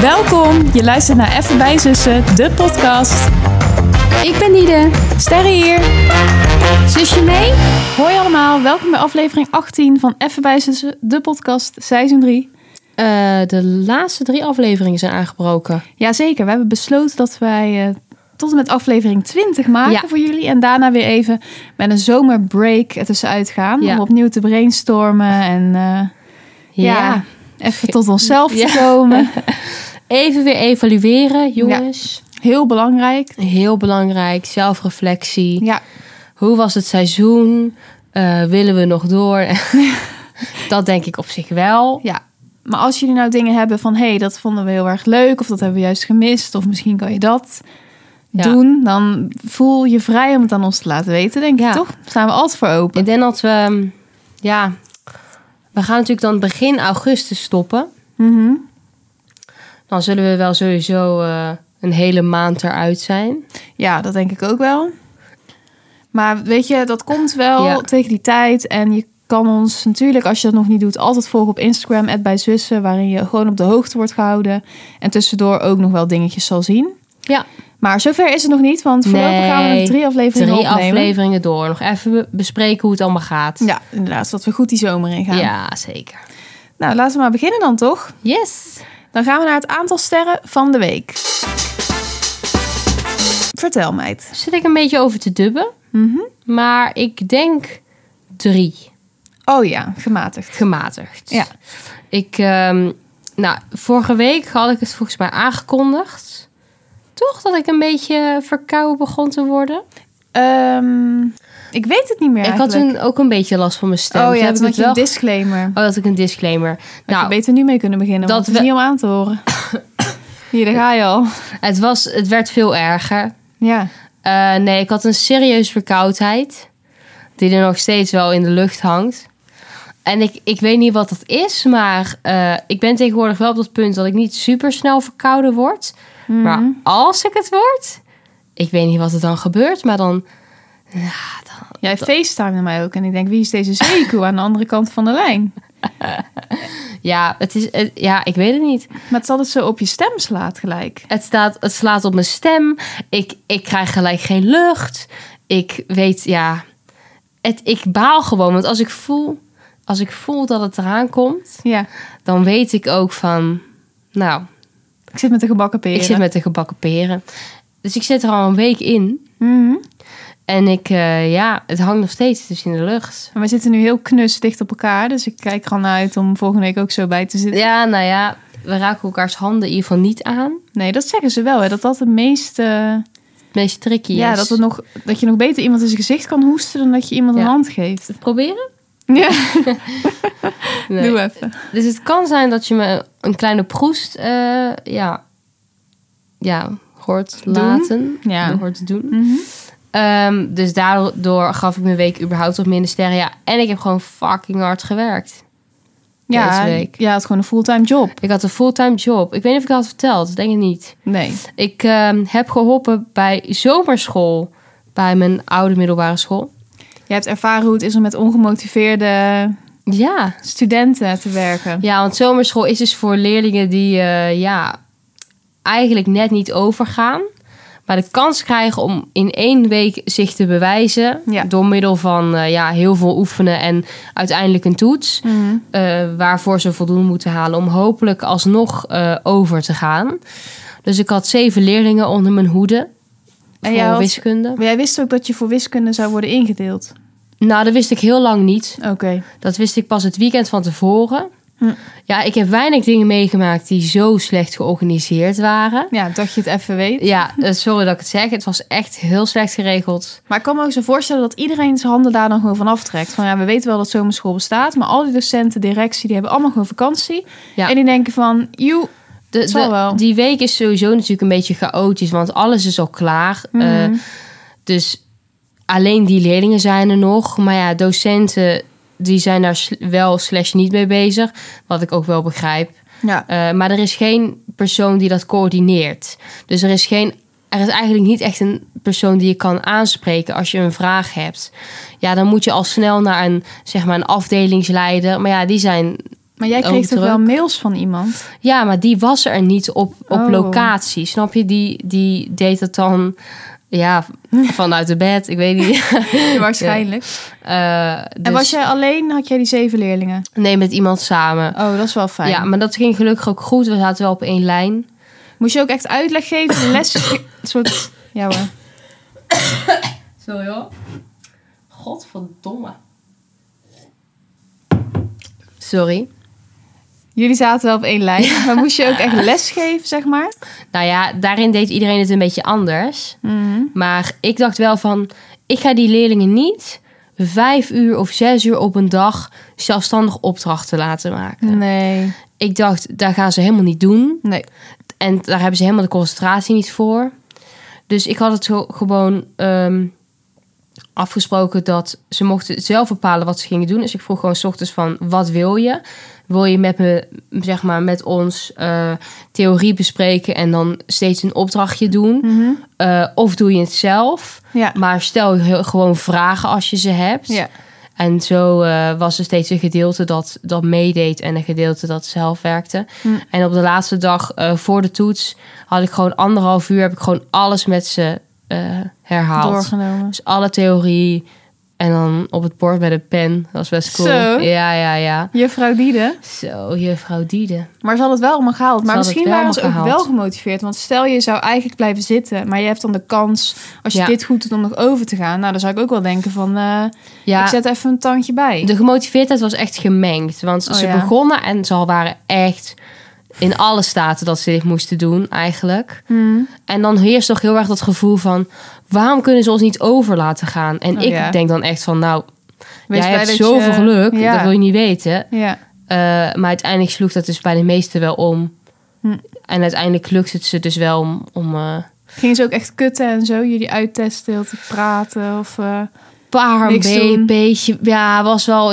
Welkom, je luistert naar Even bij Zussen, de podcast. Ik ben Nide. Sterre hier. Zusje mee? Hoi allemaal, welkom bij aflevering 18 van Even bij Zussen, de podcast, seizoen 3. De laatste 3 afleveringen zijn aangebroken. Jazeker, we hebben besloten dat wij tot en met aflevering 20 maken voor jullie. En daarna weer even met een zomerbreak ertussenuit gaan. Om opnieuw te brainstormen en even tot onszelf te komen. Even weer evalueren, jongens. Ja, heel belangrijk. Heel belangrijk, zelfreflectie. Ja. Hoe was het seizoen? Willen we nog door? Dat denk ik op zich wel. Ja. Maar als jullie nou dingen hebben van... hey, dat vonden we heel erg leuk... of dat hebben we juist gemist... of misschien kan je dat doen... dan voel je vrij om het aan ons te laten weten, denk ik, toch? Daar staan we altijd voor open. Ik denk dat we... we gaan natuurlijk dan begin augustus stoppen. Mm-hmm. Dan zullen we wel sowieso een hele maand eruit zijn. Ja, dat denk ik ook wel. Maar weet je, dat komt wel tegen die tijd... en je kan ons natuurlijk, als je dat nog niet doet... altijd volgen op Instagram, @bijzussen... waarin je gewoon op de hoogte wordt gehouden... en tussendoor ook nog wel dingetjes zal zien. Ja. Maar zover is het nog niet, want voorlopig gaan we nog 3 afleveringen opnemen. 3 afleveringen door. Nog even bespreken hoe het allemaal gaat. Ja, inderdaad, zodat we goed die zomer in gaan. Ja, zeker. Nou, laten we maar beginnen dan, toch? Yes. Dan gaan we naar het aantal sterren van de week. Vertel, meid. Zit ik een beetje over te dubben. Mm-hmm. Maar ik denk 3. Oh ja, gematigd. Gematigd. Ja. Vorige week had ik het volgens mij aangekondigd. Toch dat ik een beetje verkouden begon te worden? Ik weet het niet meer Ik eigenlijk. had toen ook een beetje last van mijn stem. Oh ja, toen had je een disclaimer. Oh, dat ik een disclaimer. Had je beter nu mee kunnen beginnen, want het is niet om aan te horen. Hier, daar ga je al. Het werd veel erger. Ja. Nee, ik had een serieuze verkoudheid. Die er nog steeds wel in de lucht hangt. En ik weet niet wat dat is. Maar ik ben tegenwoordig wel op dat punt dat ik niet super snel verkouden word. Mm-hmm. Maar als ik het word... Ik weet niet wat er dan gebeurt. Maar dan... Jij facetimede mij ook. En ik denk, wie is deze zeekoe aan de andere kant van de lijn? Ja, ik weet het niet. Maar het is altijd zo op je stem slaat gelijk. Het slaat op mijn stem. Ik krijg gelijk geen lucht. Ik weet, ik baal gewoon. Want als ik voel dat het eraan komt... dan weet ik ook van... Nou... Ik zit met de gebakken peren. Dus ik zit er al een week in. Mm-hmm. En het hangt nog steeds dus in de lucht. Maar we zitten nu heel knus dicht op elkaar. Dus ik kijk er al naar uit om volgende week ook zo bij te zitten. Ja, we raken elkaars handen in ieder geval niet aan. Nee, dat zeggen ze wel, hè. Dat het meest tricky is. Ja, dat je nog beter iemand in zijn gezicht kan hoesten... dan dat je iemand een hand geeft. Proberen? Ja. Nee. Doe even. Dus het kan zijn dat je me een kleine proest... hoort laten. Ja. Hoort doen. Mm-hmm. Dus daardoor gaf ik mijn week überhaupt wat minder sterren. Ja, en ik heb gewoon fucking hard gewerkt. Deze week. Ja, het is gewoon een fulltime job. Ik had een fulltime job. Ik weet niet of ik dat had verteld. Denk ik niet. Nee. Ik heb geholpen bij zomerschool. Bij mijn oude middelbare school. Je hebt ervaren hoe het is om met ongemotiveerde studenten te werken. Ja, want zomerschool is dus voor leerlingen die eigenlijk net niet overgaan. Maar de kans krijgen om in 1 week zich te bewijzen. Ja. Door middel van heel veel oefenen en uiteindelijk een toets. Mm-hmm. Waarvoor ze voldoende moeten halen om hopelijk alsnog over te gaan. Dus ik had 7 leerlingen onder mijn hoede. Voor wiskunde. Maar jij wist ook dat je voor wiskunde zou worden ingedeeld? Nou, dat wist ik heel lang niet. Oké. Dat wist ik pas het weekend van tevoren. Ja, ik heb weinig dingen meegemaakt die zo slecht georganiseerd waren. Ja, dat je het even weet. Ja, sorry dat ik het zeg. Het was echt heel slecht geregeld. Maar ik kan me ook zo voorstellen dat iedereen zijn handen daar dan gewoon van aftrekt. Van we weten wel dat zomerschool bestaat, maar al die docenten, directie, die hebben allemaal gewoon vakantie. Ja. En die denken van, die week is sowieso natuurlijk een beetje chaotisch, want alles is al klaar. Mm-hmm. Dus alleen die leerlingen zijn er nog. Maar ja, docenten... die zijn daar wel / niet mee bezig. Wat ik ook wel begrijp. Ja. Maar er is geen persoon die dat coördineert. Dus er is eigenlijk niet echt een persoon die je kan aanspreken als je een vraag hebt. Ja, dan moet je al snel naar een afdelingsleider. Maar ja, die zijn Maar jij kreeg toch wel mails van iemand? Ja, maar die was er niet op locatie. Snap je? Die deed het dan vanuit de bed. Ik weet niet. Waarschijnlijk. En was jij alleen? Had jij die 7 leerlingen? Nee, met iemand samen. Oh, dat is wel fijn. Ja, maar dat ging gelukkig ook goed. We zaten wel op 1 lijn. Moest je ook echt uitleg geven? Les? Soort... Ja hoor. Sorry hoor. Godverdomme. Sorry. Jullie zaten wel op 1 lijn. Maar moest je ook echt les geven, zeg maar? Nou ja, daarin deed iedereen het een beetje anders. Mm-hmm. Maar ik dacht wel van... Ik ga die leerlingen niet 5 uur of 6 uur op een dag... zelfstandig opdrachten laten maken. Nee. Ik dacht, daar gaan ze helemaal niet doen. Nee. En daar hebben ze helemaal de concentratie niet voor. Dus ik had het zo gewoon afgesproken dat ze mochten zelf bepalen wat ze gingen doen. Dus ik vroeg gewoon 's ochtends van, wat wil je? Wil je met me, zeg maar, met ons theorie bespreken en dan steeds een opdrachtje doen? Mm-hmm. Of doe je het zelf? Ja. Maar stel gewoon vragen als je ze hebt. Ja. En zo was er steeds een gedeelte dat meedeed en een gedeelte dat zelf werkte. En op de laatste dag voor de toets had ik gewoon 1,5 uur... heb ik gewoon alles met ze herhaald. Doorgenomen. Dus alle theorie en dan op het bord met een pen. Dat was best cool. Zo. Ja. Juffrouw Diede. Zo, juffrouw Diede. Maar ze had het wel allemaal gehaald. Maar misschien waren ze ook gehaald. wel gemotiveerd. Want stel je zou eigenlijk blijven zitten... maar je hebt dan de kans, als je dit goed doet, om nog over te gaan. Nou, dan zou ik ook wel denken van... ik zet even een tandje bij. De gemotiveerdheid was echt gemengd. Want ze begonnen en ze waren echt... in alle staten dat ze dit moesten doen, eigenlijk. En dan heerst toch heel erg dat gevoel van... waarom kunnen ze ons niet over laten gaan? En ik denk dan echt van, nou... jij hebt zoveel geluk, dat wil je niet weten. Ja. Maar uiteindelijk sloeg dat dus bij de meesten wel om. En uiteindelijk lukt het ze dus wel om Gingen ze ook echt kutten en zo? Jullie uittesten, heel te praten? Of beetje. Ja,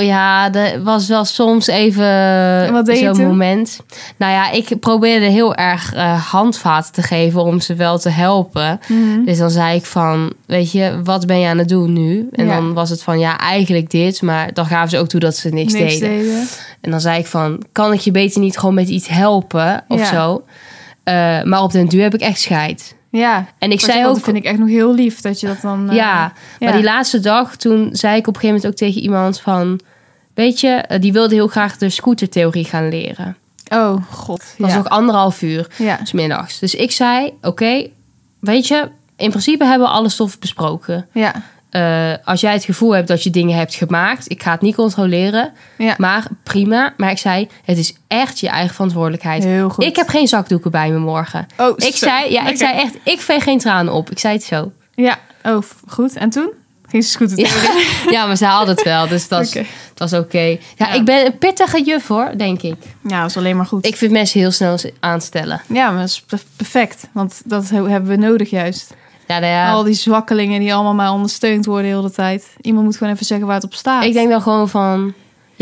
was wel soms even zo'n moment. Nou ja, ik probeerde heel erg handvaten te geven om ze wel te helpen. Dus dan zei ik van, weet je, wat ben je aan het doen nu? En dan was het van, ja, eigenlijk dit. Maar dan gaven ze ook toe dat ze niks deden. En dan zei ik van, kan ik je beter niet gewoon met iets helpen of zo? Maar op den duur heb ik echt scheid. Ja, en ik zei ook, dat vind ik echt nog heel lief dat je dat dan... maar die laatste dag, toen zei ik op een gegeven moment ook tegen iemand van... Weet je, die wilde heel graag de scootertheorie gaan leren. Oh, god. Dat was nog 1,5 uur, 's middags. Dus ik zei, oké, weet je, in principe hebben we alle stof besproken. Ja. Als jij het gevoel hebt dat je dingen hebt gemaakt... ik ga het niet controleren, maar prima. Maar ik zei, het is echt je eigen verantwoordelijkheid. Heel goed. Ik heb geen zakdoeken bij me morgen. Oh, ik zei echt, ik veeg geen tranen op. Ik zei het zo. Ja, oh, goed. En toen? Ging ze scooter theorie? Ja, maar ze haalde het wel, dus het was oké. Ja, ik ben een pittige juf hoor, denk ik. Ja, dat is alleen maar goed. Ik vind mensen heel snel aanstellen. Ja, maar dat is perfect. Want dat hebben we nodig juist. Ja. Al die zwakkelingen die allemaal maar ondersteund worden de hele tijd. Iemand moet gewoon even zeggen waar het op staat. Ik denk dan gewoon van...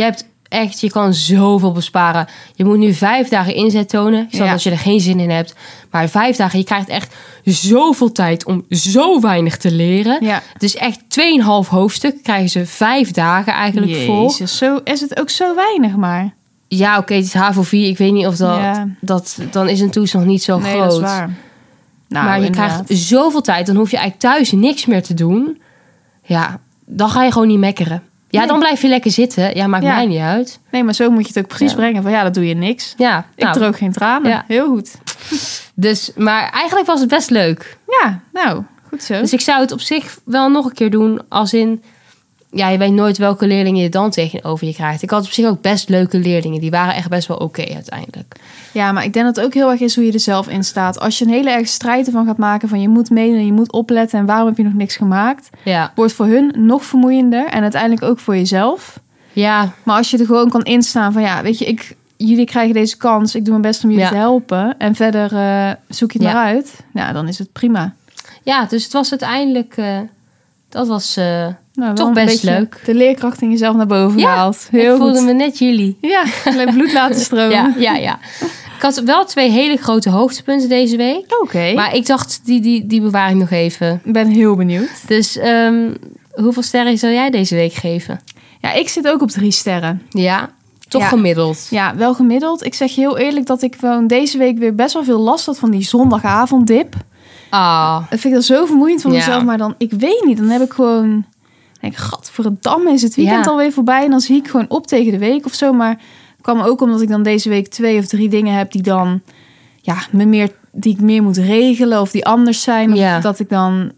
Je kan zoveel besparen. Je moet nu 5 dagen inzet tonen. Ik snap dat je er geen zin in hebt. Maar 5 dagen, je krijgt echt zoveel tijd om zo weinig te leren. Ja. Het is echt 2,5 hoofdstuk. Krijgen ze 5 dagen eigenlijk vol. Zo is het ook zo weinig maar. Ja, oké, het is HAVO 4. Ik weet niet of dat dan is een toets nog niet zo groot. Nee, dat is waar. Nou, maar je krijgt zoveel tijd. Dan hoef je eigenlijk thuis niks meer te doen. Ja, dan ga je gewoon niet mekkeren. Ja, dan blijf je lekker zitten. Ja, maakt mij niet uit. Nee, maar zo moet je het ook precies brengen. Van dat doe je niks. Ja, ik droog geen tranen. Ja. Heel goed. Dus, maar eigenlijk was het best leuk. Ja, nou, goed zo. Dus ik zou het op zich wel nog een keer doen. Als in, je weet nooit welke leerlingen je dan tegenover je krijgt. Ik had op zich ook best leuke leerlingen. Die waren echt best wel oké uiteindelijk. Ja, maar ik denk dat het ook heel erg is hoe je er zelf in staat. Als je een hele erg strijd ervan gaat maken van je moet meedoen, je moet opletten en waarom heb je nog niks gemaakt, wordt voor hun nog vermoeiender en uiteindelijk ook voor jezelf. Ja. Maar als je er gewoon kan instaan van weet je, jullie krijgen deze kans, ik doe mijn best om jullie te helpen en verder zoek je het maar uit. Nou, dan is het prima. Ja, dus het was uiteindelijk, dat was toch best leuk. De leerkracht in jezelf naar boven gehaald. Heel ik voelde me net jullie. Ja, alleen bloed laten stromen. Ja. Ik had wel 2 hele grote hoogtepunten deze week. Oké. Maar ik dacht, die bewaar ik nog even. Ik ben heel benieuwd. Dus hoeveel sterren zou jij deze week geven? Ja, ik zit ook op 3 sterren. Ja? Toch gemiddeld. Ja, wel gemiddeld. Ik zeg je heel eerlijk dat ik gewoon deze week weer best wel veel last had van die zondagavonddip. Dat vind ik dan zo vermoeiend van mezelf. Maar dan, ik weet niet, dan heb ik gewoon... denk ik, gadverdamme, is het weekend alweer voorbij. En dan zie ik gewoon op tegen de week of zo. Maar het kwam ook omdat ik dan deze week 2 of 3 dingen heb die dan... die ik meer moet regelen of die anders zijn. Of dat ik dan...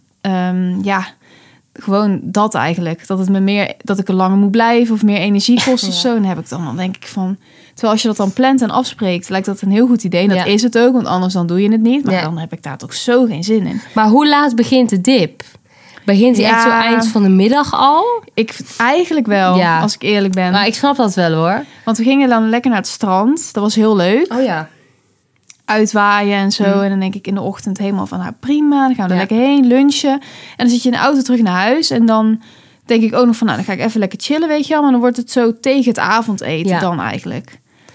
gewoon dat eigenlijk. Dat het me meer... dat ik er langer moet blijven of meer energie kost of zo. En heb ik dan denk ik van... Terwijl als je dat dan plant en afspreekt, lijkt dat een heel goed idee. En dat is het ook, want anders dan doe je het niet. Maar dan heb ik daar toch zo geen zin in. Maar hoe laat begint de dip? Begint hij echt zo eind van de middag al? Eigenlijk wel, als ik eerlijk ben. Maar ik snap dat wel hoor. Want we gingen dan lekker naar het strand. Dat was heel leuk. Oh ja. Uitwaaien en zo. En dan denk ik in de ochtend helemaal van... nou prima, dan gaan we er lekker heen, lunchen. En dan zit je in de auto terug naar huis. En dan denk ik ook nog van... nou, dan ga ik even lekker chillen, weet je wel. Maar dan wordt het zo tegen het avondeten dan eigenlijk.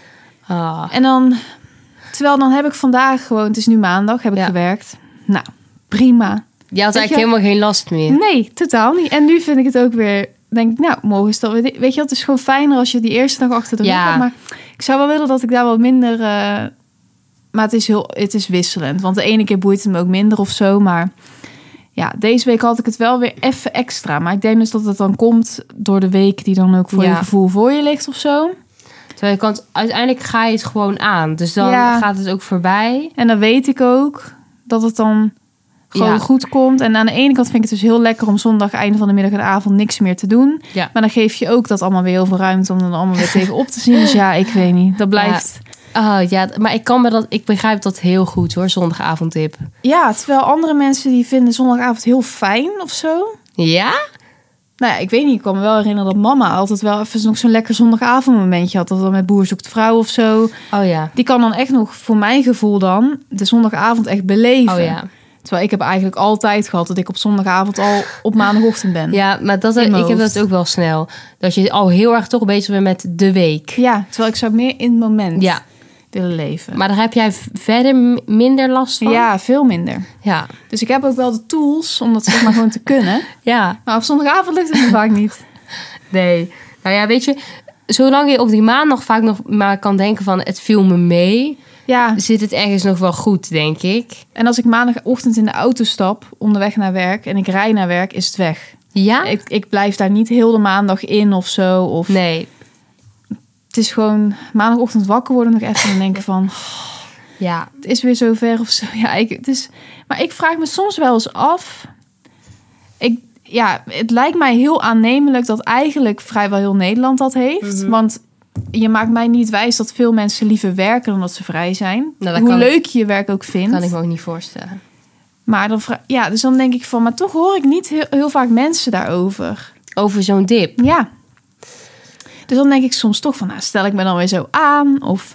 En dan... terwijl dan heb ik vandaag gewoon... het is nu maandag, heb ik gewerkt. Nou, prima. Je had eigenlijk helemaal geen last meer. Nee, totaal niet. En nu vind ik het ook weer... denk ik, nou, morgen is dat weer... weet je, het is gewoon fijner als je die eerste dag achter de rug hebt. Maar ik zou wel willen dat ik daar wat minder... maar het is wisselend. Want de ene keer boeit het me ook minder of zo. Maar ja, deze week had ik het wel weer even extra. Maar ik denk dus dat het dan komt door de week... die dan ook voor je gevoel voor je ligt of zo. Terwijl je kan... uiteindelijk ga je het gewoon aan. Dus dan gaat het ook voorbij. En dan weet ik ook dat het dan... gewoon goed komt. En aan de ene kant vind ik het dus heel lekker om zondag, einde van de middag en avond niks meer te doen. Ja. Maar dan geef je ook dat allemaal weer heel veel ruimte om dan allemaal weer tegenop te zien. Dus ja, ik weet niet. Dat blijft... maar ik begrijp dat heel goed hoor, zondagavondtip. Ja, terwijl andere mensen die vinden zondagavond heel fijn of zo. Ja? Nou ja, ik weet niet. Ik kan me wel herinneren dat mama altijd wel even nog zo'n lekker zondagavondmomentje had. Dat dan met Boer zoekt vrouw of zo. Oh ja. Die kan dan echt nog, voor mijn gevoel dan, de zondagavond echt beleven. Oh ja. Terwijl ik heb eigenlijk altijd gehad dat ik op zondagavond al op maandagochtend ben. Ja, maar ik heb dat ook wel snel. Dat je al heel erg toch bezig bent met de week. Ja, terwijl ik zou meer in het moment willen leven. Maar daar heb jij verder minder last van? Ja, veel minder. Ja. Dus ik heb ook wel de tools om dat zeg maar gewoon te kunnen. Ja. Maar op zondagavond lukt het me vaak niet. Nee. Nou ja, weet je, zolang je op die maandag vaak nog maar kan denken van het viel me mee... Ja. Zit het ergens nog wel goed, denk ik. En als ik maandagochtend in de auto stap, onderweg naar werk... en ik rij naar werk, is het weg. Ja? Ik blijf daar niet heel de maandag in of zo. Of... Nee. Het is gewoon maandagochtend wakker worden nog even en denken van... ja, het is weer zover of zo. Ja, maar ik vraag me soms wel eens af... het lijkt mij heel aannemelijk dat eigenlijk vrijwel heel Nederland dat heeft. Mm-hmm. Want... je maakt mij niet wijs dat veel mensen liever werken dan dat ze vrij zijn. Nou, hoe leuk je werk ook vindt. Kan ik me ook niet voorstellen. Maar dan, dus dan denk ik van... maar toch hoor ik niet heel vaak mensen daarover. Over zo'n dip? Ja. Dus dan denk ik soms toch van... stel ik me dan weer zo aan? Of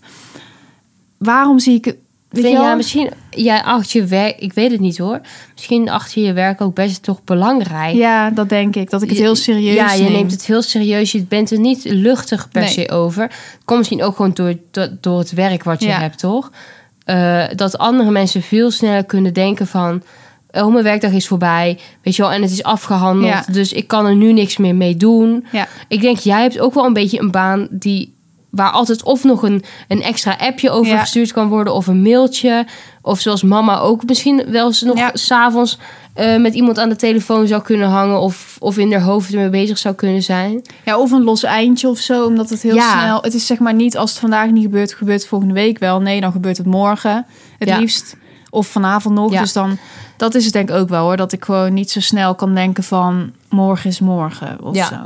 waarom zie ik het... misschien... jij acht je werk... ik weet het niet hoor. Misschien acht je werk ook best toch belangrijk. Ja, dat denk ik. Dat ik het heel serieus neem. Ja, je neemt het heel serieus. Je bent er niet luchtig per se over. Het komt misschien ook gewoon door het werk wat je hebt, toch? Dat andere mensen veel sneller kunnen denken van... oh, mijn werkdag is voorbij. Weet je wel, en het is afgehandeld. Ja. Dus ik kan er nu niks meer mee doen. Ja. Ik denk, jij hebt ook wel een beetje een baan waar altijd of nog een extra appje over gestuurd kan worden... of een mailtje. Of zoals mama ook misschien wel eens nog 's avonds met iemand aan de telefoon zou kunnen hangen... of in haar hoofd ermee bezig zou kunnen zijn. Ja, of een los eindje of zo, omdat het heel snel... Het is zeg maar niet, als het vandaag niet gebeurt, gebeurt het volgende week wel. Nee, dan gebeurt het morgen het liefst. Of vanavond nog. Ja. Dus dan, dat is het denk ik ook wel hoor. Dat ik gewoon niet zo snel kan denken van... morgen is morgen of zo.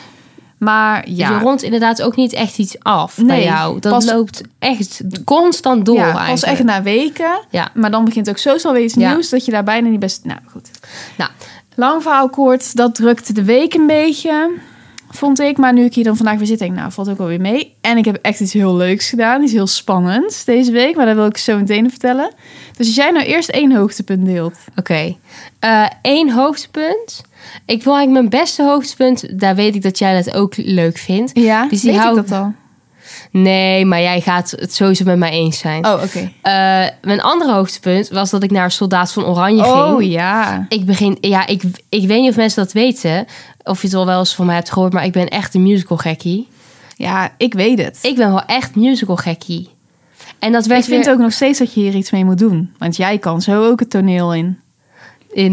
Maar ja. Je rondt inderdaad ook niet echt iets af bij jou. Dat loopt echt constant door eigenlijk. Pas echt na weken. Ja. Maar dan begint ook zo snel weer iets nieuws... dat je daar bijna niet best... Nou, goed. Nou, lang verhaal kort. Dat drukte de week een beetje, vond ik. Maar nu ik hier dan vandaag weer zit, denk ik... nou, valt ook wel weer mee. En ik heb echt iets heel leuks gedaan. Iets heel spannends deze week. Maar dat wil ik zo meteen vertellen. Dus als jij nou eerst 1 hoogtepunt deelt. Oké. 1 hoogtepunt... Ik wil eigenlijk mijn beste hoogtepunt... daar weet ik dat jij dat ook leuk vindt. Ja, dus weet ik dat al? Nee, maar jij gaat het sowieso met mij eens zijn. Oh, oké. Mijn andere hoogtepunt was dat ik naar Soldaat van Oranje ging. Oh, ja. Ik weet niet of mensen dat weten... of je het al wel eens van mij hebt gehoord... maar ik ben echt een musical gekkie. Ja, ik weet het. Ik ben wel echt musical gekkie. En dat werd ik vind ook nog steeds dat je hier iets mee moet doen. Want jij kan zo ook het toneel in. In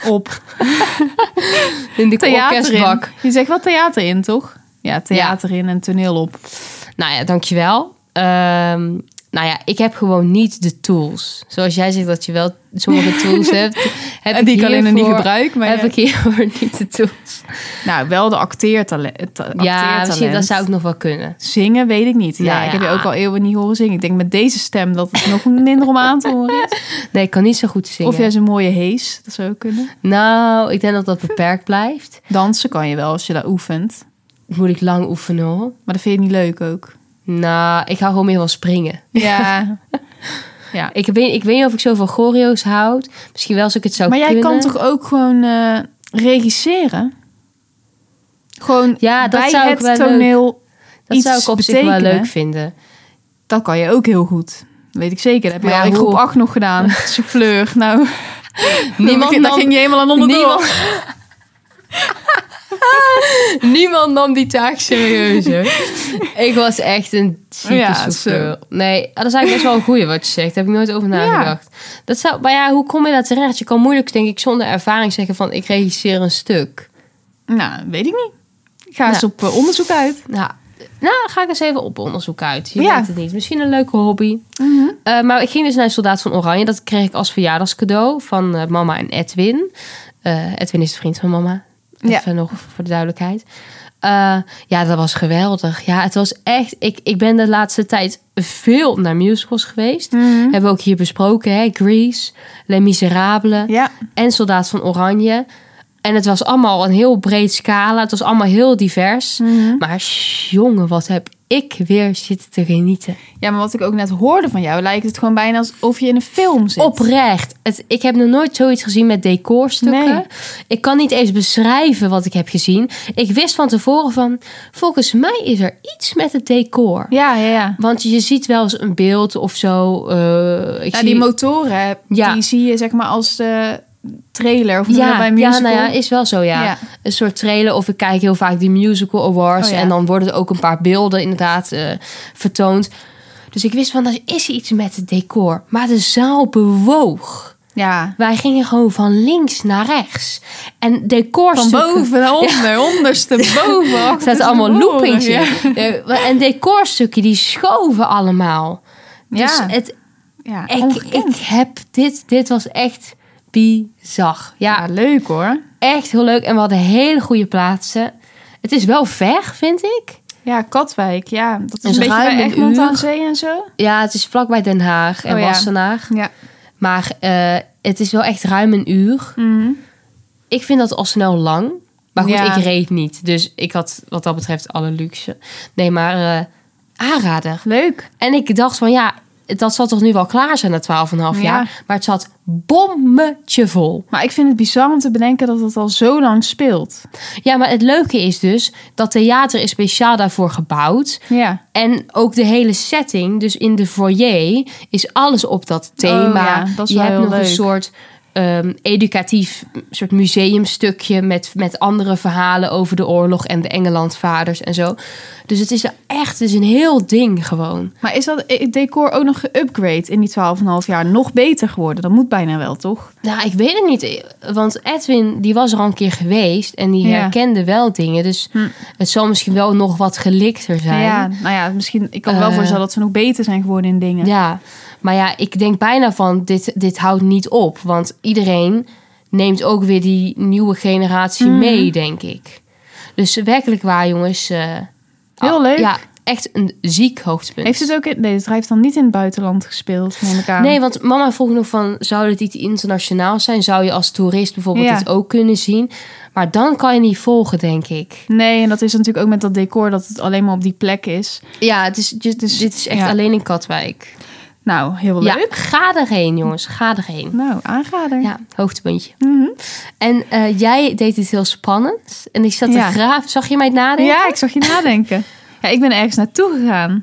de orkestbak. Je zegt wel theater in, toch? Ja, theater in en toneel op. Nou ja, dankjewel. Nou ja, ik heb gewoon niet de tools. Zoals jij zegt dat je wel sommige tools hebt. En die kan ik niet gebruiken. Maar heb ik hiervoor niet de tools. Nou, wel de acteertalent. Ja, misschien dat zou ik nog wel kunnen. Zingen weet ik niet. Ja, ik heb je ook al eeuwen niet horen zingen. Ik denk met deze stem dat het nog minder om aan te horen is. Nee, ik kan niet zo goed zingen. Of jij zo'n mooie hees. Dat zou ook kunnen. Nou, ik denk dat dat beperkt blijft. Dansen kan je wel als je dat oefent. Moet ik lang oefenen hoor. Maar dat vind je niet leuk ook? Nou, ik hou gewoon meer van springen. Ja. Ja. Ik weet niet of ik zoveel choreo's houd. Misschien wel als ik het zou kunnen. Maar jij kan toch ook gewoon regisseren? Gewoon ja, dat bij zou het ik wel toneel leuk. Dat zou ik op zich wel leuk vinden. Dat kan je ook heel goed. Dat weet ik zeker. Dat heb je al in groep 8 nog gedaan. Souffleur. Nou, daar ging je helemaal aan onderdoor. Niemand nam die taak serieus. Ik was echt een zieke souffleur. Nee, dat is eigenlijk best wel een goeie wat je zegt. Daar heb ik nooit over nagedacht. Ja. Maar ja, hoe kom je daar terecht? Je kan moeilijk, denk ik, zonder ervaring zeggen van ik regisseer een stuk. Nou, weet ik niet. Ga eens op onderzoek uit. Nou, ga ik eens even op onderzoek uit. Je weet het niet. Misschien een leuke hobby. Mm-hmm. Maar ik ging dus naar de Soldaat van Oranje. Dat kreeg ik als verjaardagscadeau van mama en Edwin. Edwin is de vriend van mama. Even nog voor de duidelijkheid. Ja, dat was geweldig. Ja, het was echt... Ik ben de laatste tijd veel naar musicals geweest. Mm-hmm. Hebben we ook hier besproken. Hè? Grease, Les Miserables en Soldaat van Oranje. En het was allemaal een heel breed scala. Het was allemaal heel divers. Mm-hmm. Maar jongen, wat heb ik weer zitten te genieten. Ja, maar wat ik ook net hoorde van jou... lijkt het gewoon bijna alsof je in een film zit. Oprecht. Ik heb nog nooit zoiets gezien met decorstukken. Nee. Ik kan niet eens beschrijven wat ik heb gezien. Ik wist van tevoren van... volgens mij is er iets met het decor. Ja. Want je ziet wel eens een beeld of zo. Die motoren, die zie je zeg maar als de... trailer of bij musical. Ja, is wel zo, ja. Een soort trailer of ik kijk heel vaak die musical awards en dan worden er ook een paar beelden inderdaad vertoond. Dus ik wist van, er is iets met het decor. Maar de zaal bewoog. Ja. Wij gingen gewoon van links naar rechts. En decorstukken... Van boven naar onder, onderste boven. Er zaten allemaal loopings in. En decorstukken, die schoven allemaal. Dus ik heb dit was echt... bizar. Ja, leuk hoor. Echt heel leuk. En we hadden hele goede plaatsen. Het is wel ver, vind ik. Ja, Katwijk. Ja, dat is een beetje bij Egmond aan Zee en zo. Ja, het is vlakbij Den Haag en Wassenaar. Ja. Maar het is wel echt ruim een uur. Mm-hmm. Ik vind dat al snel lang. Maar goed, ik reed niet. Dus ik had wat dat betreft alle luxe. Nee, maar aanrader. Leuk. En ik dacht van dat zal toch nu wel klaar zijn na 12,5 jaar. Maar het zat bommetje vol. Maar ik vind het bizar om te bedenken dat het al zo lang speelt. Ja, maar het leuke is dus... dat theater is speciaal daarvoor gebouwd. Ja. En ook de hele setting, dus in de foyer... is alles op dat thema. Oh, ja, dat is je wel hebt heel nog leuk. een soort... educatief soort museumstukje met andere verhalen over de oorlog en de Engelandvaders en zo. Dus het is echt een heel ding gewoon. Maar is dat decor ook nog geupgrade in die 12,5 jaar? Nog beter geworden? Dat moet bijna wel, toch? Nou, ik weet het niet. Want Edwin, die was er al een keer geweest en die herkende wel dingen. Dus het zal misschien wel nog wat gelikter zijn. Ja, nou ja, misschien... Ik kan me wel voorstellen dat ze nog beter zijn geworden in dingen. Ja, maar ja, ik denk bijna van dit houdt niet op. Want iedereen neemt ook weer die nieuwe generatie mee, denk ik. Dus werkelijk waar, jongens. Heel leuk. Ja, echt een ziek hoogtepunt. Heeft het ook... Nee, het heeft dan niet in het buitenland gespeeld, neem ik aan. Nee, want mama vroeg nog van... zou het iets internationaals zijn? Zou je als toerist bijvoorbeeld dit ook kunnen zien? Maar dan kan je niet volgen, denk ik. Nee, en dat is natuurlijk ook met dat decor... dat het alleen maar op die plek is. Ja, dit is echt alleen in Katwijk. Nou, heel leuk. Ja, ga erheen, jongens. Ga erheen. Nou, aanrader. Ja, hoogtepuntje. Mm-hmm. En jij deed iets heel spannends. En ik zat te graven. Zag je mij nadenken? Ja, ik zag je nadenken. Ja, ik ben ergens naartoe gegaan.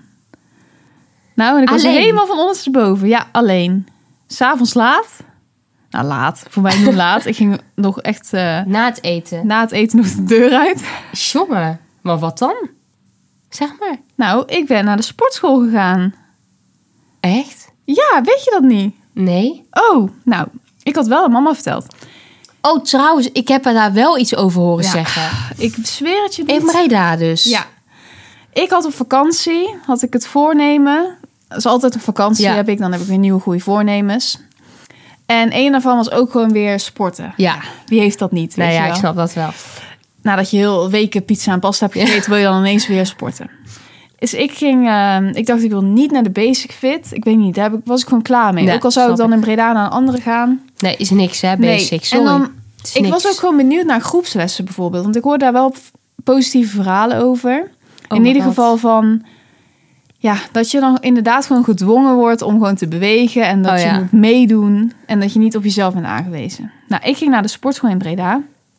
Nou, en ik was helemaal van ondersteboven. Ja, alleen. 's Avonds laat. Nou, laat. Voor mij nu laat. Ik ging nog echt... na het eten. Na het eten nog de deur uit. Jongen, maar wat dan? Zeg maar. Nou, ik ben naar de sportschool gegaan. Echt? Ja, weet je dat niet? Nee. Oh, nou, ik had wel aan mama verteld. Oh, trouwens, ik heb er daar wel iets over horen zeggen. Ik zweer het je niet. In Breda dus. Ja. Ik had op vakantie, had ik het voornemen. Dat is altijd een vakantie heb ik. Dan heb ik weer nieuwe goede voornemens. En één daarvan was ook gewoon weer sporten. Ja. Wie heeft dat niet? Nou weet je ja, wel? ik snap dat wel. Nadat je heel weken pizza en pasta hebt gegeten, wil je dan ineens weer sporten. Dus ik dacht, ik wil niet naar de Basic Fit. Ik weet niet, was ik gewoon klaar mee. Nee, ook al zou ik dan in Breda naar een andere gaan. Nee, is niks hè, Basic. Nee. Sorry. En dan, ik was ook gewoon benieuwd naar groepslessen bijvoorbeeld. Want ik hoor daar wel positieve verhalen over. In ieder geval van... Ja, dat je dan inderdaad gewoon gedwongen wordt om gewoon te bewegen. En dat je moet meedoen. En dat je niet op jezelf bent aangewezen. Nou, ik ging naar de sportschool in Breda.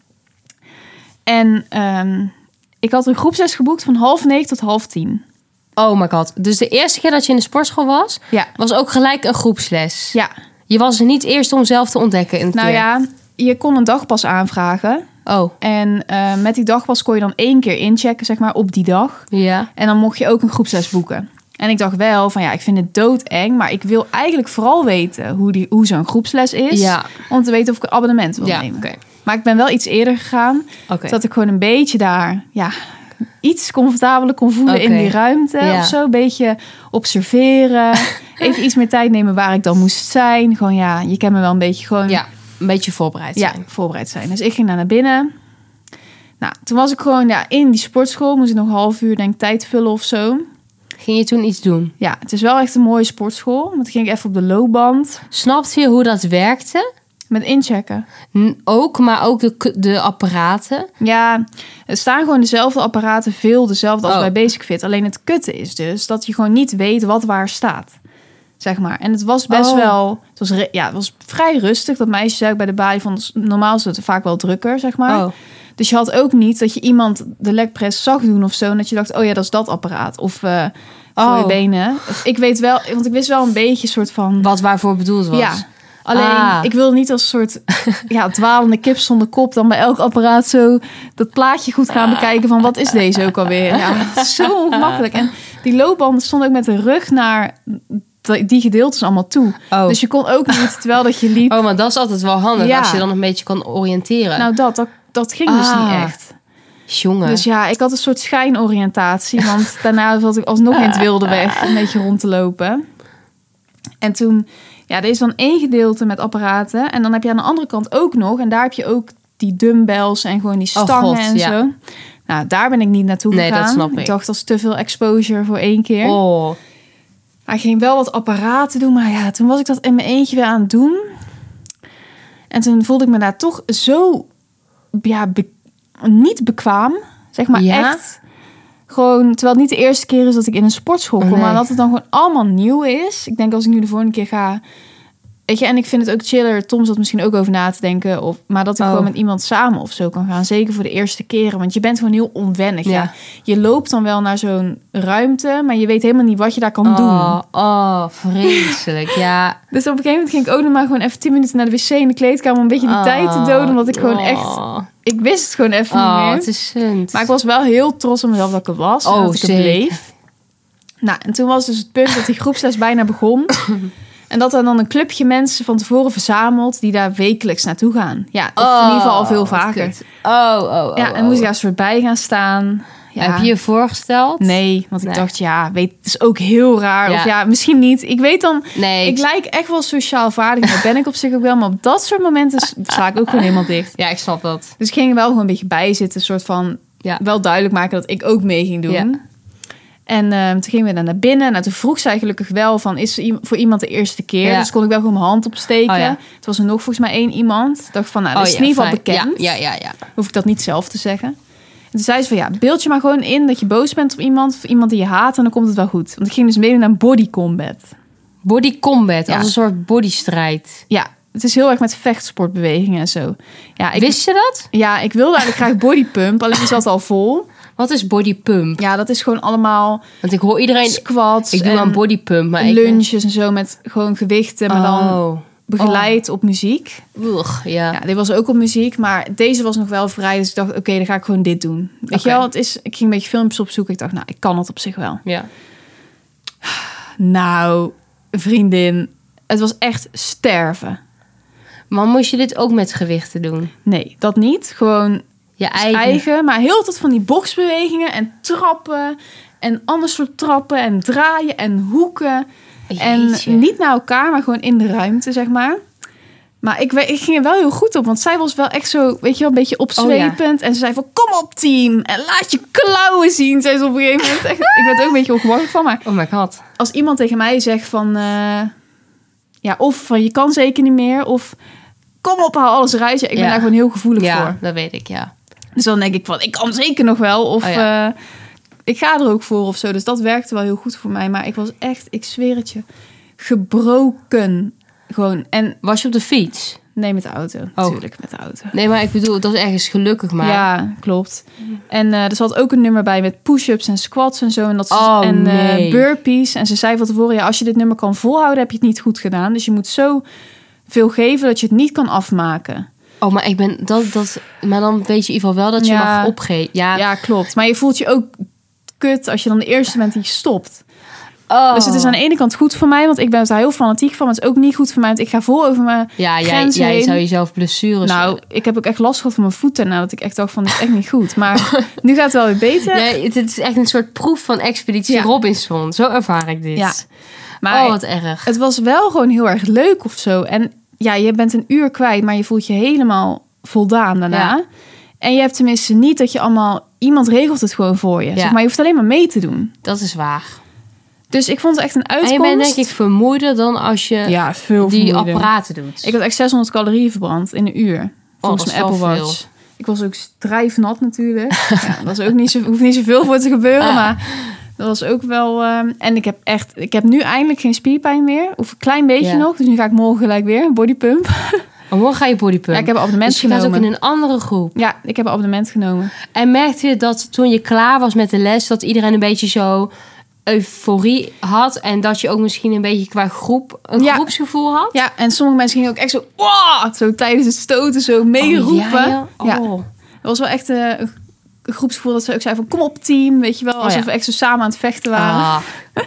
En ik had een groepsles geboekt van 8:30 tot 9:30. Oh my god. Dus de eerste keer dat je in de sportschool was... was ook gelijk een groepsles. Ja. Je was er niet eerst om zelf te ontdekken. Nou ja, je kon een dagpas aanvragen. Oh. En met die dagpas kon je dan 1 keer inchecken, zeg maar, op die dag. Ja. En dan mocht je ook een groepsles boeken. En ik dacht wel van, ik vind het doodeng. Maar ik wil eigenlijk vooral weten hoe zo'n groepsles is. Ja. Om te weten of ik een abonnement wil nemen. Okay. Maar ik ben wel iets eerder gegaan. Zodat ik gewoon een beetje daar... iets comfortabeler kon voelen in die ruimte of zo. Een beetje observeren. Even iets meer tijd nemen waar ik dan moest zijn. Gewoon je kent me wel een beetje gewoon... Ja, een beetje voorbereid zijn. Ja, voorbereid zijn. Dus ik ging naar binnen. Nou, toen was ik gewoon in die sportschool. Moest ik nog een half uur denk ik tijd vullen of zo. Ging je toen iets doen? Ja, het is wel echt een mooie sportschool. Want toen ging ik even op de loopband. Snapte je hoe dat werkte? Met inchecken. Ook, maar ook de apparaten? Ja, er staan gewoon dezelfde apparaten, veel dezelfde als bij Basic Fit. Alleen het kutte is dus dat je gewoon niet weet wat waar staat. Zeg maar. En het was best wel... Het was vrij rustig. Dat meisje zei ook bij de balie van... Normaal is het vaak wel drukker, zeg maar. Dus je had ook niet dat je iemand de legpress zag doen of zo. En dat je dacht, dat is dat apparaat. Of voor je benen. Ik weet wel, want ik wist wel een beetje soort van... Wat waarvoor bedoeld was. Ja. Alleen, ik wil niet als een soort dwalende kip zonder kop... dan bij elk apparaat zo dat plaatje goed gaan bekijken... van wat is deze ook alweer? Ja, zo ongemakkelijk. En die loopbanden stonden ook met de rug naar die gedeeltes allemaal toe. Dus je kon ook niet, terwijl dat je liep... maar dat is altijd wel handig als je dan een beetje kan oriënteren. Nou, dat ging dus niet echt. Jongen. Dus ik had een soort schijnoriëntatie... want daarna zat ik alsnog in het wilde weg... een beetje rond te lopen. En toen... Ja, er is dan 1 gedeelte met apparaten. En dan heb je aan de andere kant ook nog. En daar heb je ook die dumbbells en gewoon die stangen en zo. Nou, daar ben ik niet naartoe gegaan. Nee, dat snap ik. Ik dacht, dat is te veel exposure voor 1 keer. Maar ik ging wel wat apparaten doen. Maar toen was ik dat in mijn eentje weer aan het doen. En toen voelde ik me daar toch zo... niet bekwaam. Zeg maar echt... Gewoon, terwijl het niet de eerste keer is dat ik in een sportschool kom. Maar dat het dan gewoon allemaal nieuw is. Ik denk als ik nu de volgende keer ga... Weet je, en ik vind het ook chiller. Tom zat misschien ook over na te denken. Maar dat ik gewoon met iemand samen of zo kan gaan. Zeker voor de eerste keren. Want je bent gewoon heel onwennig. Ja. Je loopt dan wel naar zo'n ruimte. Maar je weet helemaal niet wat je daar kan doen. Vreselijk. Ja. Dus op een gegeven moment ging ik ook nog maar gewoon even 10 minuten naar de wc in de kleedkamer. Om een beetje die tijd te doden. Omdat ik gewoon echt... Ik wist het gewoon even niet meer. Het is sunt. Maar ik was wel heel trots op mezelf dat ik het was. En dat ik het bleef. Nou, en toen was dus het punt dat die groepsles bijna begon. En dat er dan een clubje mensen van tevoren verzameld... die daar wekelijks naartoe gaan. Ja, of in ieder geval al veel vaker. En moest ik daar soort bij gaan staan. Ja. Heb je je voorgesteld? Nee, want ik dacht, het is ook heel raar. Of misschien niet. Ik weet dan... Nee, ik lijk echt wel sociaal vaardig. Dat ben ik op zich ook wel. Maar op dat soort momenten sla ik ook gewoon helemaal dicht. Ja, ik snap dat. Dus ik ging er wel gewoon een beetje bij zitten. Een soort van... wel duidelijk maken dat ik ook mee ging doen. Ja. En toen gingen we dan naar binnen. Nou, toen vroeg zij gelukkig wel van... is er voor iemand de eerste keer? Ja. Dus kon ik wel gewoon mijn hand opsteken. Het was er nog volgens mij 1 iemand. Ik dacht van, dat is in ieder geval bekend. Ja. Hoef ik dat niet zelf te zeggen. En toen zei ze van, beeld je maar gewoon in... dat je boos bent op iemand of iemand die je haat... en dan komt het wel goed. Want ik ging dus mee naar body combat. Body combat, als een soort bodystrijd. Ja, het is heel erg met vechtsportbewegingen en zo. Ja, wist je dat? Ja, ik wilde eigenlijk graag bodypump. Alleen die zat al vol. Wat is bodypump? Ja, dat is gewoon allemaal... Want ik hoor iedereen... Squats. Ik doe aan bodypump, maar lunges en zo met gewoon gewichten. Maar dan begeleid op muziek. Ja, dit was ook op muziek, maar deze was nog wel vrij. Dus ik dacht, oké, dan ga ik gewoon dit doen. Weet je wel, ik ging een beetje filmpjes opzoeken. Ik dacht, nou, ik kan het op zich wel. Ja. Nou, vriendin, het was echt sterven. Maar moest je dit ook met gewichten doen? Nee, dat niet. Gewoon je eigen. Maar heel tot van die boksbewegingen en trappen en ander soort trappen en draaien en hoeken. Jeetje. En niet naar elkaar, maar gewoon in de ruimte, zeg maar. Maar ik ging er wel heel goed op, want zij was wel echt zo, weet je wel, een beetje opzwepend. En ze zei van, kom op team en laat je klauwen zien, zei ze op een gegeven moment. Echt, ik werd ook een beetje ongemakkelijk van, maar... Oh my god. Als iemand tegen mij zegt van, of van je kan zeker niet meer, of kom op, haal alles eruit. Ja, ik ben daar gewoon heel gevoelig voor. Ja, dat weet ik, ja. Dus dan denk ik van, ik kan zeker nog wel, of... ik ga er ook voor of zo. Dus dat werkte wel heel goed voor mij. Maar ik was echt, ik zweer het je, gebroken. Gewoon. En was je op de fiets? Nee, met de auto. Natuurlijk, met de auto. Nee, maar ik bedoel, dat is ergens gelukkig maar. Ja, klopt. En er zat ook een nummer bij met push-ups en squats en zo. En, burpees. En ze zei van tevoren, als je dit nummer kan volhouden, heb je het niet goed gedaan. Dus je moet zo veel geven dat je het niet kan afmaken. Oh, maar ik ben maar dan weet je in ieder geval wel dat je mag opgeven. Ja, klopt. Maar je voelt je ook kut als je dan de eerste bent die stopt. Oh. Dus het is aan de ene kant goed voor mij, want ik ben daar heel fanatiek van. Maar het is ook niet goed voor mij, want ik ga vol over mijn grenzen heen. Jij zou jezelf blessures... Nou, ik heb ook echt last gehad van mijn voeten. Nou, dat ik echt dacht van, dit is echt niet goed. Maar nu gaat het wel weer beter. Nee, het is echt een soort proef van Expeditie Robinson. Zo ervaar ik dit. Ja. Maar wat erg. Het was wel gewoon heel erg leuk of zo. En ja, je bent een uur kwijt, maar je voelt je helemaal voldaan daarna. Ja. En je hebt tenminste niet dat je allemaal... Iemand regelt het gewoon voor je. Ja. Zeg maar je hoeft alleen maar mee te doen. Dat is waar. Dus ik vond het echt een uitkomst. En je bent denk ik vermoeider dan als je die apparaten doet. Ik had echt 600 calorieën verbrand in een uur. Volgens mijn Apple Watch. Veel. Ik was ook strijfnat natuurlijk. Dat is ook hoeft niet zoveel voor te gebeuren. Maar dat was ook wel... en ik heb nu eindelijk geen spierpijn meer. Of een klein beetje nog. Dus nu ga ik morgen gelijk weer een bodypump. Morgen ga je bodypump. Ja, ik heb een abonnement genomen. Dus je gaat ook in een andere groep. Ja, ik heb een abonnement genomen. En merkte je dat toen je klaar was met de les... dat iedereen een beetje zo euforie had... en dat je ook misschien een beetje qua groep een groepsgevoel had? Ja, en sommige mensen gingen ook echt zo... zo tijdens het stoten zo meeroepen. Ja. Dat was wel echt een groepsgevoel dat ze ook zei van... kom op team, weet je wel. Alsof we echt zo samen aan het vechten waren.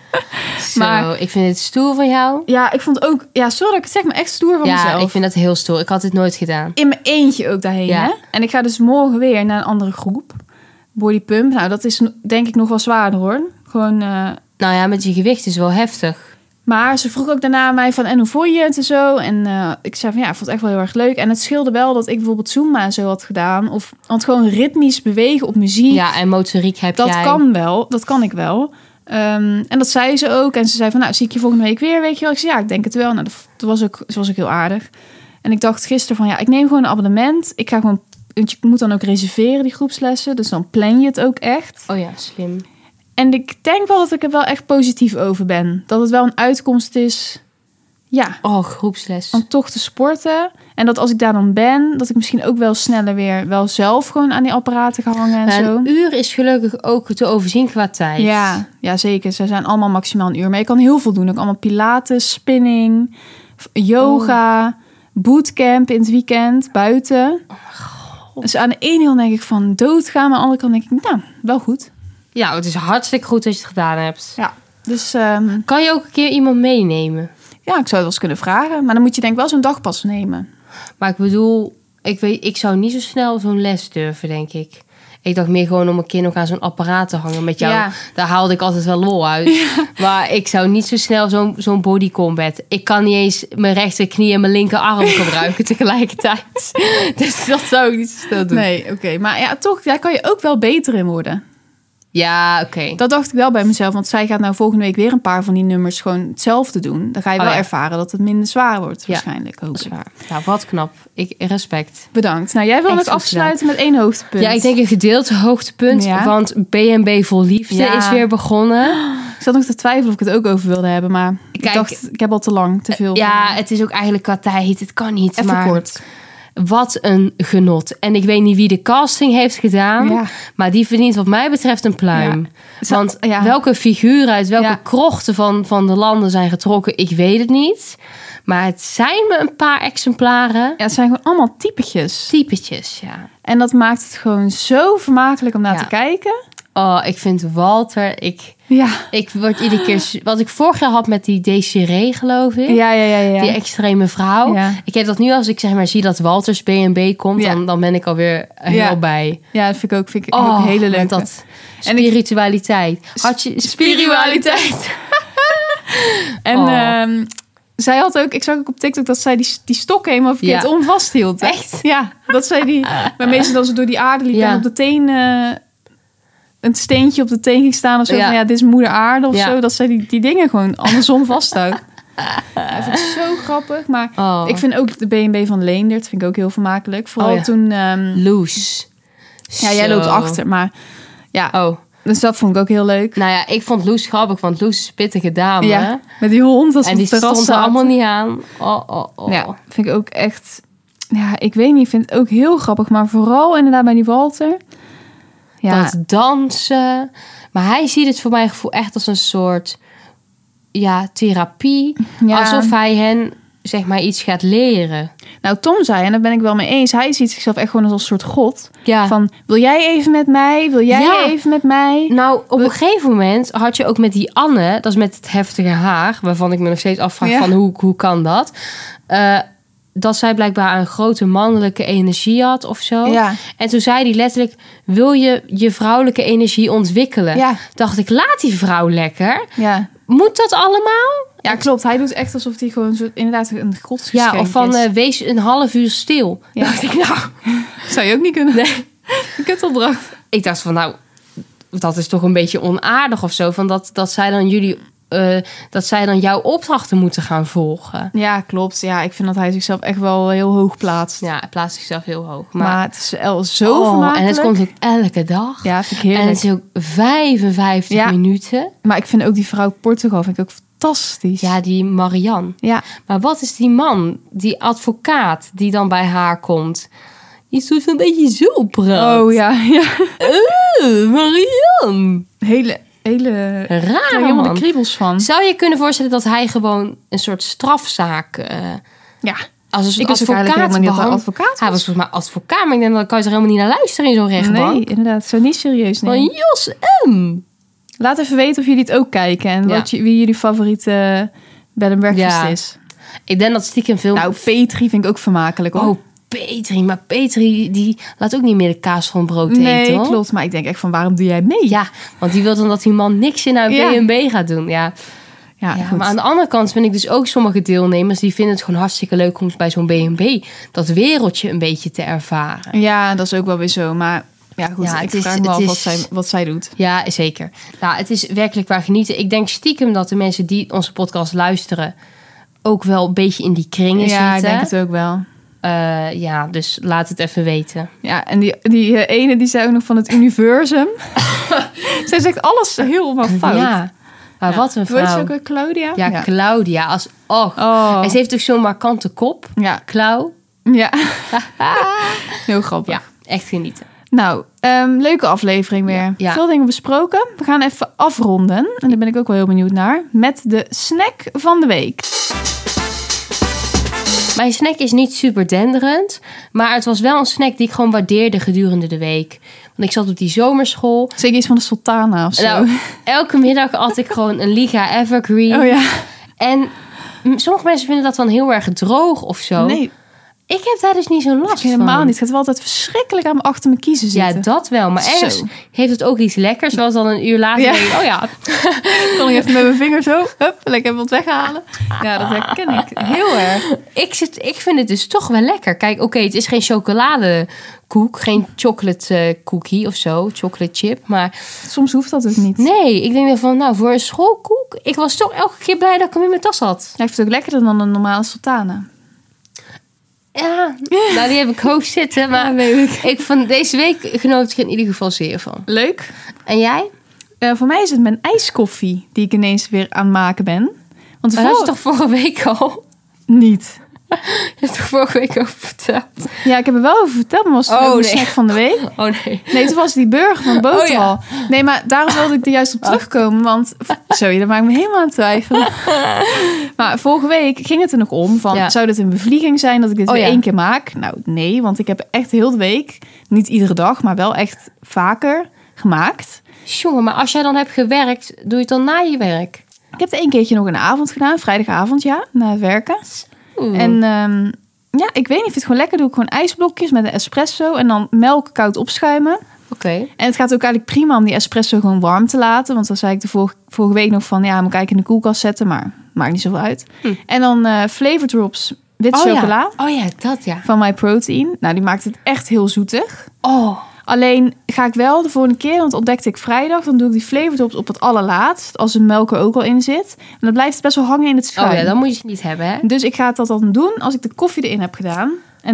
Maar ik vind het stoer van jou. Ja, ik vond ook... Ja, sorry dat ik het zeg, maar echt stoer van mezelf. Ja, ik vind dat heel stoer. Ik had dit nooit gedaan. In mijn eentje ook daarheen, hè? En ik ga dus morgen weer naar een andere groep. Bodypump. Nou, dat is denk ik nog wel zwaarder, hoor. Gewoon... Nou ja, met je gewicht is wel heftig. Maar ze vroeg ook daarna aan mij van... en hoe vond je het en zo? En ik zei van ik vond het echt wel heel erg leuk. En het scheelde wel dat ik bijvoorbeeld Zumba en zo had gedaan. Want gewoon ritmisch bewegen op muziek. Ja, en motoriek heb jij. Dat kan wel. Dat kan ik wel. En dat zei ze ook. En ze zei van, nou, zie ik je volgende week weer, weet je wel? Ik zei, ja, ik denk het wel. Nou, dat was ook heel aardig. En ik dacht gisteren van, ik neem gewoon een abonnement. Ik ga gewoon... Want je moet dan ook reserveren, die groepslessen. Dus dan plan je het ook echt. Oh ja, slim. En ik denk wel dat ik er wel echt positief over ben. Dat het wel een uitkomst is... Ja. Oh, groepsles. Om toch te sporten. En dat als ik daar dan ben... dat ik misschien ook wel sneller weer... wel zelf gewoon aan die apparaten ga hangen en zo. Een uur is gelukkig ook te overzien qua tijd. Ja, zeker. Ze zijn allemaal maximaal een uur. Maar je kan heel veel doen. Ook allemaal pilates, spinning, yoga, bootcamp in het weekend, buiten. Oh, dus aan de ene kant denk ik van doodgaan. Maar aan de andere kant denk ik, nou, wel goed. Ja, het is hartstikke goed dat je het gedaan hebt. Ja. Dus, kan je ook een keer iemand meenemen? Ja, ik zou het wel eens kunnen vragen. Maar dan moet je denk ik wel zo'n dagpas nemen. Maar ik bedoel, ik zou niet zo snel zo'n les durven, denk ik. Ik dacht meer gewoon om een keer nog aan zo'n apparaat te hangen met jou. Ja. Daar haalde ik altijd wel lol uit. Ja. Maar ik zou niet zo snel zo'n body combat. Ik kan niet eens mijn rechterknie en mijn linkerarm gebruiken tegelijkertijd. Dus dat zou ik niet zo snel doen. Nee, oké. Maar ja, toch, daar kan je ook wel beter in worden. Ja, oké. Dat dacht ik wel bij mezelf. Want zij gaat nou volgende week weer een paar van die nummers gewoon hetzelfde doen. Dan ga je wel ervaren dat het minder zwaar wordt waarschijnlijk. Dat is waar. Nou, wat knap. Respect. Bedankt. Nou, jij wil nog afsluiten met 1 hoogtepunt. Ja, ik denk een gedeelte hoogtepunt. Ja. Want B&B Vol Liefde is weer begonnen. Ik zat nog te twijfelen of ik het ook over wilde hebben. Maar ik dacht, ik heb al te veel. Ja, het is ook eigenlijk qua tijd. Het kan niet. Even kort. Wat een genot. En ik weet niet wie de casting heeft gedaan. Ja. Maar die verdient wat mij betreft een pluim. Ja. Want welke figuren uit welke krochten van de landen zijn getrokken, ik weet het niet. Maar het zijn me een paar exemplaren. Ja, het zijn gewoon allemaal typetjes. Typetjes, ja. En dat maakt het gewoon zo vermakelijk om naar te kijken. Oh, ik vind Walter... Ik word iedere keer... Wat ik vorig jaar had met die Desiree, geloof ik. Ja. Die extreme vrouw. Ja. Ik heb dat nu als ik zeg maar zie dat Walters B&B komt... Dan ben ik alweer heel bij. Ja, dat vind ik ook een hele leuke. Dat spiritualiteit. Had je spiritualiteit? En zij had ook... Ik zag ook op TikTok dat zij die stok helemaal verkeerd om vasthield. Echt? Ja, dat zij die... Maar meestal dan ze door die aarde liep en op de teen... een steentje op de teen ging staan of zo. Van, dit is moeder aarde of zo. Dat zij die dingen gewoon andersom vasthoudt. Dat vind ik zo grappig. Maar ik vind ook de B&B van Leendert vind ik ook heel vermakelijk. Vooral toen... Loes. Ja, jij loopt achter. Maar dus dat vond ik ook heel leuk. Nou ja, ik vond Loes grappig. Want Loes is een pittige dame. Ja, met die hond. En die stond er allemaal niet aan. Ja, vind ik ook echt... Ja, ik weet niet. Ik vind het ook heel grappig. Maar vooral inderdaad bij die Walter... Ja. Dat dansen. Maar hij ziet het voor mijn gevoel echt als een soort therapie. Ja. Alsof hij hen zeg maar iets gaat leren. Nou, Tom zei, en daar ben ik wel mee eens... hij ziet zichzelf echt gewoon als een soort god. Ja. Van, wil jij even met mij? Wil jij even met mij? Nou, op een gegeven moment had je ook met die Anne... dat is met het heftige haar... waarvan ik me nog steeds afvraag van hoe kan dat... dat zij blijkbaar een grote mannelijke energie had of zo. Ja. En toen zei hij letterlijk... wil je vrouwelijke energie ontwikkelen? Ja. Dacht ik, laat die vrouw lekker. Ja. Moet dat allemaal? Ja, klopt. Hij doet echt alsof hij gewoon inderdaad een godsgeschenk is. Ja, of van wees een half uur stil. Ja. Dacht ik, nou... Zou je ook niet kunnen. Nee. Een kutopdracht. Ik dacht van, nou... dat is toch een beetje onaardig of zo. Van dat zij dan jullie... dat zij dan jouw opdrachten moeten gaan volgen. Ja, klopt. Ja, ik vind dat hij zichzelf echt wel heel hoog plaatst. Ja, hij plaatst zichzelf heel hoog. Maar het is zo vermakelijk. En het komt ook elke dag. Ja, vind ik heerlijk. En het is ook 55 minuten. Maar ik vind ook die vrouw Portugal vind ik ook fantastisch. Ja, die Marianne. Ja. Maar wat is die man, die advocaat die dan bij haar komt? Die doet zo'n beetje zo praat. Oh ja. Marianne. Hele raar, helemaal de kriebels van. Zou je kunnen voorstellen dat hij gewoon een soort strafzaak... als een soort advocaat. Hij was volgens mij advocaat, maar ik denk dat kan je er helemaal niet naar luisteren in zo'n rechtbank. Nee, inderdaad. Zo niet serieus nemen. Van Jos M. Laat even weten of jullie het ook kijken en wie jullie favoriete bed and breakfast is. Ik denk dat stiekem veel... Nou, Petri vind ik ook vermakelijk hoor. Oh, Petri. Maar Petri, die laat ook niet meer de kaas van brood eten, Nee, klopt. Maar ik denk echt van, waarom doe jij mee? Ja, want die wil dan dat die man niks in haar B&B gaat doen. Ja, maar aan de andere kant vind ik dus ook sommige deelnemers... die vinden het gewoon hartstikke leuk om bij zo'n B&B... dat wereldje een beetje te ervaren. Ja, dat is ook wel weer zo. Maar ja, goed. Ik vraag me af wat zij doet. Ja, zeker. Nou, het is werkelijk waar genieten. Ik denk stiekem dat de mensen die onze podcast luisteren... ook wel een beetje in die kringen zitten. Ja, ik denk het ook wel. Dus laat het even weten. Ja, en die ene die zei ook nog van het universum. Zij zegt alles helemaal fout. Ja, maar wat een vrouw. Weet je ook weer Claudia? Ja, Claudia. En ze heeft ook zo'n markante kop. Ja. Klauw. Ja. Heel grappig. Ja, echt genieten. Nou, leuke aflevering weer. Ja. Veel dingen besproken. We gaan even afronden. En daar ben ik ook wel heel benieuwd naar. Met de snack van de week. Mijn snack is niet super denderend. Maar het was wel een snack die ik gewoon waardeerde gedurende de week. Want ik zat op die zomerschool. Zeker iets van de Sultana of zo. Nou, elke middag at ik gewoon een Liga Evergreen. Oh ja. En sommige mensen vinden dat dan heel erg droog of zo. Nee. Ik heb daar dus niet zo'n last van. Helemaal niet. Het gaat wel altijd verschrikkelijk aan me achter mijn kiezen zitten. Ja, dat wel. Maar ergens heeft het ook iets lekkers. Zoals dan een uur later denk ik, kon ik even met mijn vinger zo, lekker wat weghalen. Ja, dat herken ik heel erg. Ik vind het dus toch wel lekker. Kijk, oké, het is geen chocoladekoek. Geen chocolate cookie of zo. Chocolate chip. Maar soms hoeft dat ook niet. Nee, ik denk van, nou, voor een schoolkoek. Ik was toch elke keer blij dat ik hem in mijn tas had. Hij heeft het ook lekkerder dan een normale Sultana. Ja, nou die heb ik hoog zitten. Maar ik van deze week genoot ik er in ieder geval zeer van. Leuk. En jij? Voor mij is het mijn ijskoffie die ik ineens weer aan het maken ben. Want dat was toch vorige week al? Niet. Je hebt er vorige week over verteld. Ja, ik heb er wel over verteld, maar was het ook een snack van de week? Oh nee. Nee, toen was die burger van de boterhal. Oh, ja. Nee, maar daarom wilde ik er juist op terugkomen. Want, sorry, dat maakt me helemaal aan het twijfelen. Maar vorige week ging het er nog om van, zou dit een bevlieging zijn dat ik dit weer 1 keer maak? Nou, nee, want ik heb echt heel de week, niet iedere dag, maar wel echt vaker gemaakt. Jongen, maar als jij dan hebt gewerkt, doe je het dan na je werk? Ik heb het 1 keertje nog in de avond gedaan, vrijdagavond, na het werken. En ja, ik weet niet, ik vind het gewoon lekker. Doe ik gewoon ijsblokjes met een espresso en dan melk koud opschuimen. Oké. En het gaat ook eigenlijk prima om die espresso gewoon warm te laten. Want dan zei ik de vorige week nog van, ja, moet ik eigenlijk in de koelkast zetten, maar maakt niet zoveel uit. En dan flavor drops wit chocola. Ja. Oh ja, dat ja. Van MyProtein. Nou, die maakt het echt heel zoetig. Oh. Alleen ga ik wel de volgende keer, want ontdekte ik vrijdag, dan doe ik die flavor drops op het allerlaatst, als de melk er ook al in zit. En dan blijft het best wel hangen in het schuim. Oh ja, dan moet je het niet hebben, hè? Dus ik ga dat dan doen als ik de koffie erin heb gedaan.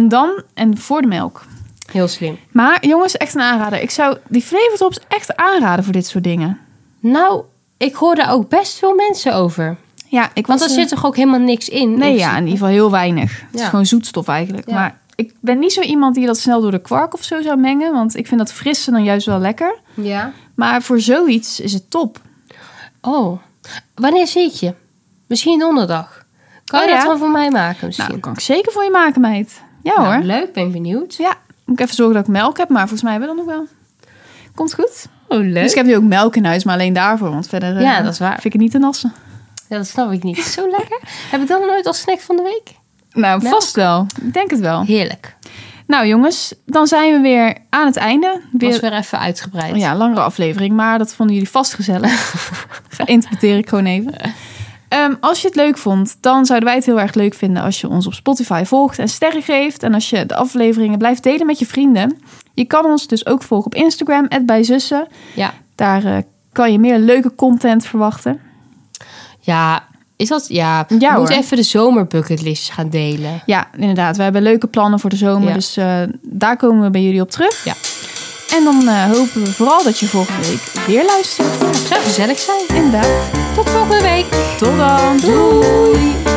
En voor de melk. Heel slim. Maar jongens, echt een aanrader. Ik zou die flavor drops echt aanraden voor dit soort dingen. Nou, ik hoor daar ook best veel mensen over. Ja, want er zit toch ook helemaal niks in? Nee, ja, in ieder geval heel weinig. Het is gewoon zoetstof eigenlijk. Ja. Maar ik ben niet zo iemand die dat snel door de kwark of zo zou mengen. Want ik vind dat frisse dan juist wel lekker. Ja. Maar voor zoiets is het top. Oh, wanneer zie ik je? Misschien donderdag. Kan je dat dan voor mij maken misschien? Nou, dat kan ik zeker voor je maken, meid. Ja hoor. Leuk, ben benieuwd. Ja, moet ik even zorgen dat ik melk heb. Maar volgens mij hebben we dat nog wel. Komt goed. Oh, leuk. Dus ik heb nu ook melk in huis, maar alleen daarvoor. Want verder dat is waar. vind ik het niet te nassen. Ja, dat snap ik niet. Zo lekker. Heb ik dan nooit als snack van de week? Nou, vast wel. Ik denk het wel. Heerlijk. Nou jongens, dan zijn we weer aan het einde. Was weer even uitgebreid. Ja, langere aflevering, maar dat vonden jullie vast gezellig. Interpreteer ik gewoon even. Als je het leuk vond, dan zouden wij het heel erg leuk vinden als je ons op Spotify volgt en sterren geeft. En als je de afleveringen blijft delen met je vrienden. Je kan ons dus ook volgen op Instagram, @bijzussen. Ja. Daar kan je meer leuke content verwachten. Ja, is dat... Ja, we moeten even de zomerbucketlist gaan delen. Ja, inderdaad. We hebben leuke plannen voor de zomer. Ja. Dus daar komen we bij jullie op terug. Ja. En dan hopen we vooral dat je volgende week weer luistert. Het zou gezellig zijn. Inderdaad. Tot volgende week. Tot dan. Doei.